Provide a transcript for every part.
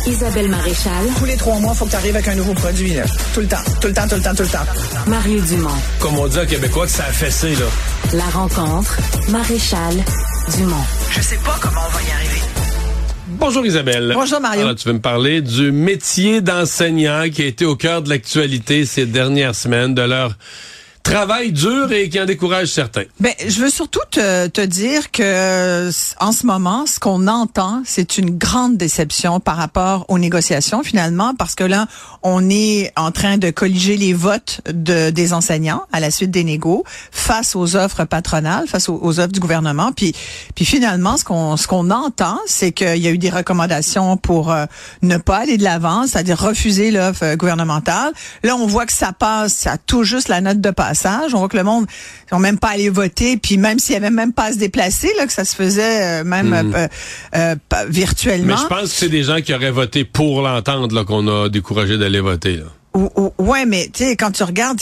Isabelle Maréchal. Tous les 3 mois, il faut que tu arrives avec un nouveau produit. Là. Tout le temps. Mario Dumont. Comme on dit en québécois que ça a fessé, là. La rencontre. Maréchal Dumont. Je sais pas comment on va y arriver. Bonjour Isabelle. Bonjour Mario. Alors, tu veux me parler du métier d'enseignant qui a été au cœur de l'actualité ces dernières semaines, de leur travail dur et qui en décourage certains. Ben, je veux surtout te dire que en ce moment, ce qu'on entend, c'est une grande déception par rapport aux négociations finalement, parce que là, on est en train de colliger les votes des enseignants à la suite des négos face aux offres patronales, face aux offres du gouvernement. Puis finalement, ce qu'on entend, c'est qu'il y a eu des recommandations pour ne pas aller de l'avant, c'est-à-dire refuser l'offre gouvernementale. Là, on voit que ça passe, ça touche juste la note de passage. On voit que le monde ils n'ont même pas allé voter, puis même s'il y avait même pas à se déplacer, là, que ça se faisait virtuellement. Mais je pense que c'est des gens qui auraient voté pour l'entente là qu'on a découragé d'aller voter. Là. Ouais, mais tu sais, quand tu regardes,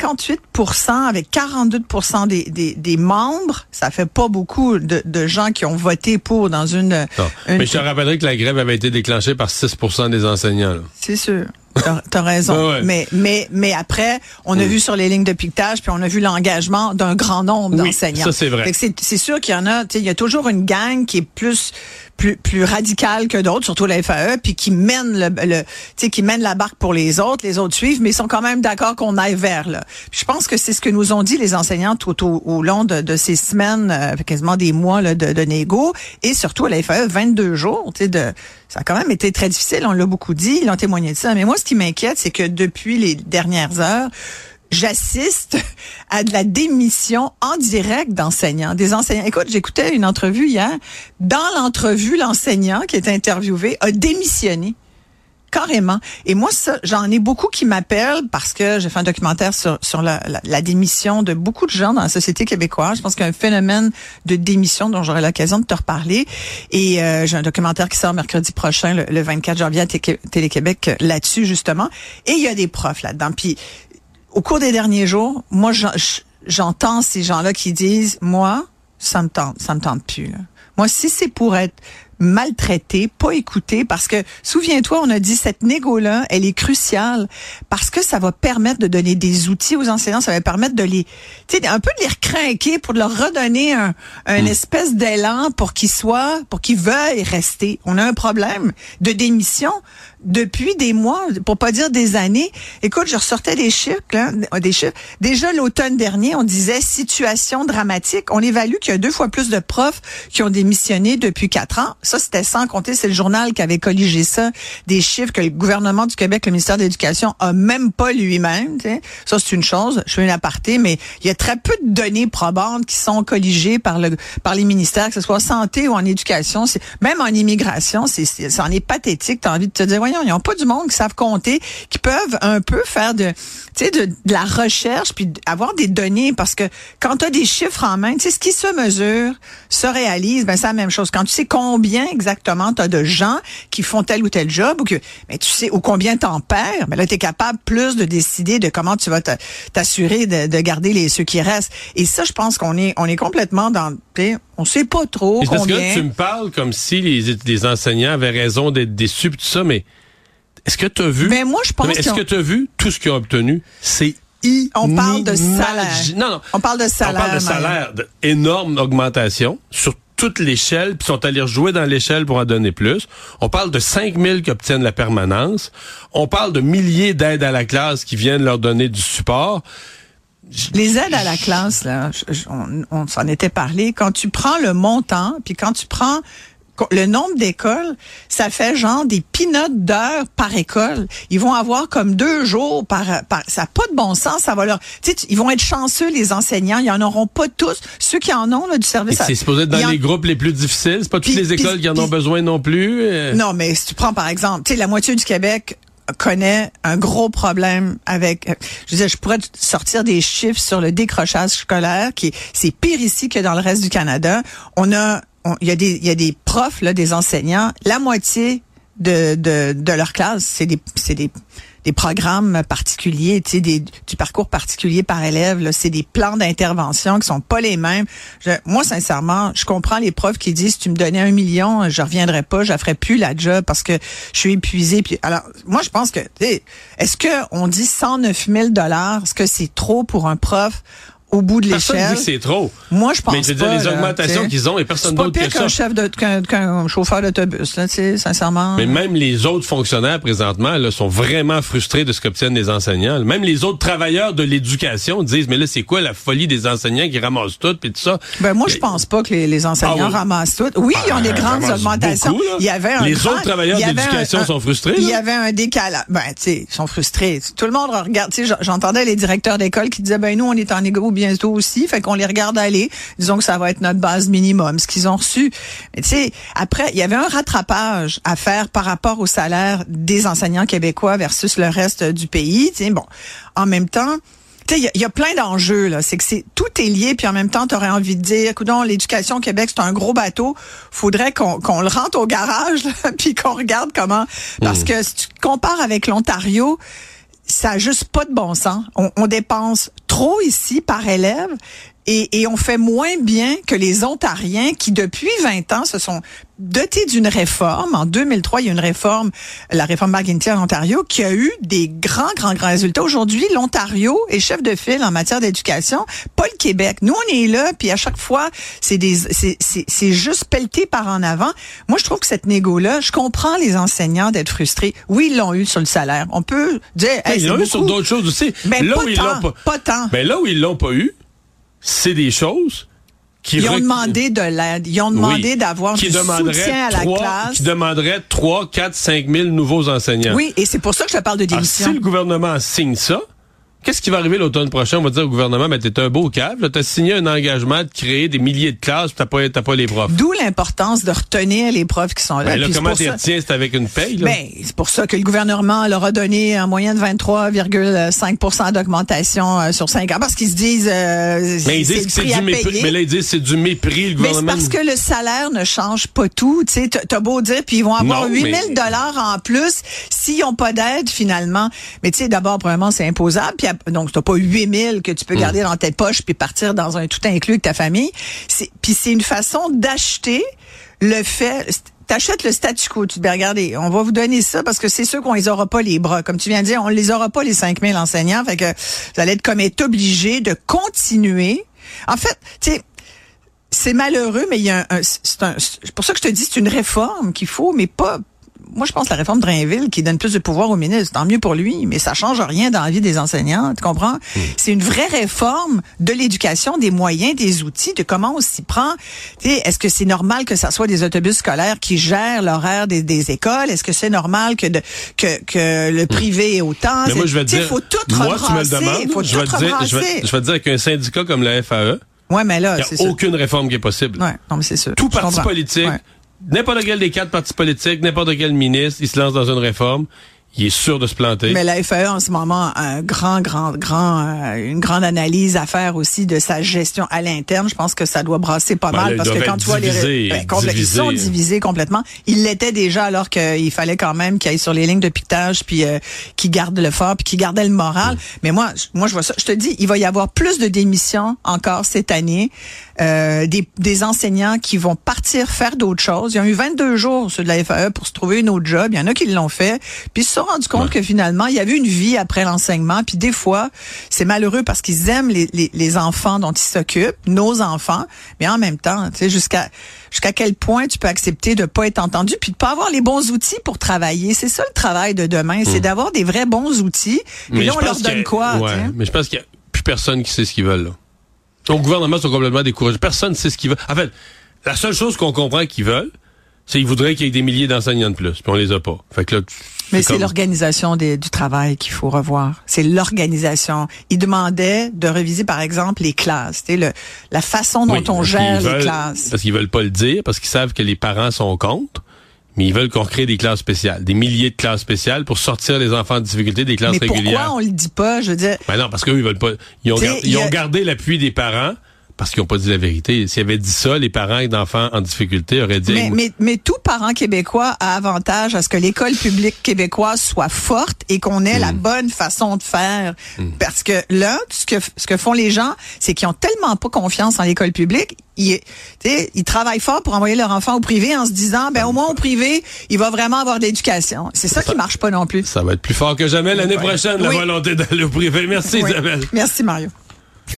58% avec 42% des membres, ça fait pas beaucoup de gens qui ont voté pour dans une. Mais je te rappellerai que la grève avait été déclenchée par 6% des enseignants. Là. C'est sûr. T'as raison. Ouais. Mais après, on a vu sur les lignes de piquetage, puis on a vu l'engagement d'un grand nombre d'enseignants. Ça c'est vrai. Fait que c'est sûr qu'il y en a, il y a toujours une gang qui est plus radicale que d'autres, surtout la FAE, puis qui mène qui mène la barque pour les autres suivent, mais ils sont quand même d'accord qu'on aille vers là. Puis je pense que c'est ce que nous ont dit les enseignants tout au long de ces semaines, quasiment des mois là, de négo, et surtout à la FAE, 22 jours, ça a quand même été très difficile, on l'a beaucoup dit, ils ont témoigné de ça. Mais moi, ce qui m'inquiète, c'est que depuis les dernières heures, j'assiste à de la démission en direct d'enseignants, des enseignants. Écoute, j'écoutais une entrevue hier. Dans l'entrevue, l'enseignant qui était interviewé a démissionné. Carrément. Et moi, ça, j'en ai beaucoup qui m'appellent parce que j'ai fait un documentaire sur la démission de beaucoup de gens dans la société québécoise. Je pense qu'il y a un phénomène de démission dont j'aurai l'occasion de te reparler. Et j'ai un documentaire qui sort mercredi prochain, le 24 janvier à Télé-Québec, là-dessus, justement. Et il y a des profs là-dedans. Puis, au cours des derniers jours, moi, j'entends ces gens-là qui disent, moi, ça me tente plus, là. Moi, si c'est pour être maltraité, pas écouté, parce que, souviens-toi, on a dit, cette négo-là, elle est cruciale, parce que ça va permettre de donner des outils aux enseignants, ça va permettre de un peu de les recrinquer pour leur redonner un espèce d'élan pour qu'ils veuillent rester. On a un problème de démission depuis des mois, pour pas dire des années. Écoute, je ressortais des chiffres. Déjà l'automne dernier, on disait situation dramatique. On évalue qu'il y a 2 fois plus de profs qui ont démissionné depuis 4 ans. Ça, c'était sans compter, c'est le journal qui avait colligé ça, des chiffres que le gouvernement du Québec, le ministère de l'Éducation, a même pas lui-même. T'sais. Ça, c'est une chose. Je fais une aparté, mais il y a très peu de données probantes qui sont colligées par les ministères, que ce soit en santé ou en éducation. Même en immigration, ça en est pathétique. T'as envie de te dire, voyons, ils n'ont pas du monde qui savent compter, qui peuvent un peu faire de la recherche puis avoir des données, parce que quand tu as des chiffres en main, tu sais, ce qui se mesure, se réalise, ben c'est la même chose. Quand tu sais combien exactement tu as de gens qui font tel ou tel job, tu sais, ou combien t'en perds, ben là, tu es capable plus de décider de comment tu vas t'assurer de garder ceux qui restent. Et ça, je pense qu'on est complètement dans, on sait pas trop combien. Parce que tu me parles comme si les enseignants avaient raison d'être déçus, tout ça, mais est-ce que tu as vu? Mais moi, je pense est-ce que tu as vu tout ce qu'ils ont obtenu? C'est on parle de salaire. Non. On parle de salaire. On parle de salaire, d'énorme augmentation sur toute l'échelle, puis sont allés rejouer dans l'échelle pour en donner plus. On parle de 5 000 qui obtiennent la permanence. On parle de milliers d'aides à la classe qui viennent leur donner du support. Les aides à la classe, là, on s'en était parlé. Quand tu prends le montant, puis quand tu prends le nombre d'écoles, ça fait genre des peanuts d'heures par école. Ils vont avoir comme 2 jours par ça n'a pas de bon sens. Ça va leur, ils vont être chanceux, les enseignants. Ils en auront pas tous. Ceux qui en ont, là, du service. C'est supposé être dans les groupes les plus difficiles. C'est pas toutes les écoles qui en ont besoin non plus. Non, mais si tu prends, par exemple, la moitié du Québec connaît un gros problème avec, je pourrais sortir des chiffres sur le décrochage scolaire c'est pire ici que dans le reste du Canada. Il y a des profs, là, des enseignants, la moitié de leur classe, c'est des des programmes particuliers, tu sais, du parcours particulier par élève. Là, c'est des plans d'intervention qui sont pas les mêmes. Moi, sincèrement, je comprends les profs qui disent, si tu me donnais 1 million, je reviendrais pas, je la ferais plus la job parce que je suis épuisée. Puis, alors, moi, je pense que, est-ce que on dit 109 000 $, est-ce que c'est trop pour un prof? Au bout de l'échelle. Personne dit que c'est trop. Moi, je pense pas. Mais je veux dire, les augmentations qu'ils ont, et personne d'autre que ça. C'est pas pire qu'un chauffeur d'autobus, là, tu sais, sincèrement. Mais même les autres fonctionnaires, présentement, là, sont vraiment frustrés de ce qu'obtiennent les enseignants. Même les autres travailleurs de l'éducation disent, mais là, c'est quoi la folie des enseignants qui ramassent tout, puis tout ça? Ben, moi, je pense pas que les enseignants ramassent tout. Oui, ils ont des grandes augmentations. Beaucoup, il y avait les autres travailleurs de l'éducation sont frustrés. Il y avait un décalage. Ben, tu sais, ils sont frustrés. Tout le monde regarde, tu sais, j'entendais les directeurs d'école qui disaient, ben, nous, on est en égo bientôt aussi. Fait qu'on les regarde aller. Disons que ça va être notre base minimum, ce qu'ils ont reçu. Mais tu sais, après, il y avait un rattrapage à faire par rapport au salaire des enseignants québécois versus le reste du pays. Tu sais, bon, en même temps, tu sais, il y a plein d'enjeux là. C'est que tout est lié, puis en même temps, tu aurais envie de dire, coudonc, l'éducation au Québec, c'est un gros bateau. Faudrait qu'on le rentre au garage, là, puis qu'on regarde comment. Parce que si tu te compares avec l'Ontario, ça a juste pas de bon sens. On dépense trop ici par élève et on fait moins bien que les Ontariens qui, depuis 20 ans, se sont dotés d'une réforme. En 2003, il y a une réforme, la réforme McGuinty en Ontario, qui a eu des grands résultats. Aujourd'hui, l'Ontario est chef de file en matière d'éducation, pas le Québec. Nous, on est là, puis à chaque fois, c'est juste pelleté par en avant. Moi, je trouve que cette négo-là, je comprends les enseignants d'être frustrés. Oui, ils l'ont eu sur le salaire. On peut dire, ils l'ont eu sur d'autres choses aussi. Ben, là où ils l'ont pas tant. Ben, là où ils l'ont pas eu, c'est des choses ils ont demandé de l'aide. Ils ont demandé d'avoir du soutien à la classe. Qui demanderait 3, 4, 5 000 nouveaux enseignants. Oui, et c'est pour ça que je te parle de démission. Si le gouvernement signe ça, qu'est-ce qui va arriver l'automne prochain? On va dire au gouvernement, mais t'es un beau cave, t'as signé un engagement de créer des milliers de classes, t'as pas les profs. D'où l'importance de retenir les profs qui sont là. Ben là, comment t'y retiens? C'est avec une paye, là? Ben, c'est pour ça que le gouvernement leur a donné en moyenne 23,5% d'augmentation sur 5 ans, parce qu'ils se disent, mais ils disent que c'est du mépris. Mais là, ils disent que c'est du mépris, le gouvernement. Mais c'est parce que le salaire ne change pas tout. Tu sais, t'as beau dire, puis ils vont avoir 8 000 $ en plus s'ils n'ont pas d'aide, finalement. Mais tu sais, d'abord, premièrement, c'est imposable, puis donc t'as pas 8 000 que tu peux garder dans tes poches puis partir dans un tout inclus avec ta famille. Puis c'est une façon d'acheter le fait. T'achètes le statu quo. Tu te dis, regardez, on va vous donner ça parce que c'est sûr qu'on les aura pas les bras. Comme tu viens de dire, on les aura pas les 5 000 enseignants. Fait que vous allez être obligé de continuer. En fait, tu sais, c'est malheureux, mais il y a c'est pour ça que je te dis, c'est une réforme qu'il faut, mais pas. Moi, je pense que la réforme Drainville qui donne plus de pouvoir au ministre, tant mieux pour lui, mais ça change rien dans la vie des enseignants, tu comprends? C'est une vraie réforme de l'éducation, des moyens, des outils, de comment on s'y prend. Est-ce que c'est normal que ça soit des autobus scolaires qui gèrent l'horaire des écoles? Est-ce que c'est normal que le privé est autant? Mais moi, je vais te dire, faut tout rebrasser. Tu me le demandes, je vais te dire qu'un syndicat comme la FAE, ouais, mais là, il n'y a aucune réforme qui est possible. Ouais, non, mais c'est sûr. Tout parti politique, n'importe quel des 4 partis politiques, n'importe quel ministre, il se lance dans une réforme, il est sûr de se planter. Mais la FAE, en ce moment, a une grande analyse à faire aussi de sa gestion à l'interne. Je pense que ça doit brasser pas mal parce que quand tu vois ils sont divisés complètement. Ils l'étaient déjà alors qu'il fallait quand même qu'ils aillent sur les lignes de piquetage puis qu'ils gardent le fort puis qu'ils gardaient le moral. Mais moi, je vois ça. Je te dis, il va y avoir plus de démissions encore cette année. Des enseignants qui vont partir faire d'autres choses. Ils ont eu 22 jours ceux de la FAE pour se trouver une autre job. Il y en a qui l'ont fait. Puis ils se sont rendus compte que finalement, il y avait une vie après l'enseignement. Puis des fois, c'est malheureux parce qu'ils aiment les enfants dont ils s'occupent, nos enfants. Mais en même temps, tu sais, jusqu'à quel point tu peux accepter de pas être entendu puis de pas avoir les bons outils pour travailler. C'est ça le travail de demain. C'est d'avoir des vrais bons outils. Mais là, on leur donne quoi? Mais je pense qu'il y a plus personne qui sait ce qu'ils veulent, là. Au gouvernement, ils sont complètement découragés. Personne ne sait ce qu'ils veulent. En fait, la seule chose qu'on comprend qu'ils veulent, c'est qu'ils voudraient qu'il y ait des milliers d'enseignants de plus, puis on les a pas. Fait que là, mais c'est l'organisation du travail qu'il faut revoir. C'est l'organisation. Ils demandaient de réviser, par exemple, les classes. Tu sais, la façon dont on gère les classes. Parce qu'ils veulent pas le dire, parce qu'ils savent que les parents sont contre. Mais ils veulent qu'on crée des classes spéciales, des milliers de classes spéciales pour sortir les enfants en difficulté des classes régulières. Mais pourquoi on le dit pas, je veux dire? Ben non, parce qu'eux, ils veulent pas. Ils ont gardé l'appui des parents parce qu'ils n'ont pas dit la vérité. S'ils avaient dit ça, les parents d'enfants en difficulté auraient dit... Mais tout parent québécois a avantage à ce que l'école publique québécoise soit forte et qu'on ait la bonne façon de faire. Parce que là, ce que font les gens, c'est qu'ils ont tellement pas confiance en l'école publique. Ils travaillent fort pour envoyer leur enfant au privé en se disant, au moins au privé, il va vraiment avoir de l'éducation. C'est ça qui marche pas non plus. Ça va être plus fort que jamais l'année prochaine, la volonté d'aller au privé. Merci Isabelle. Merci Mario.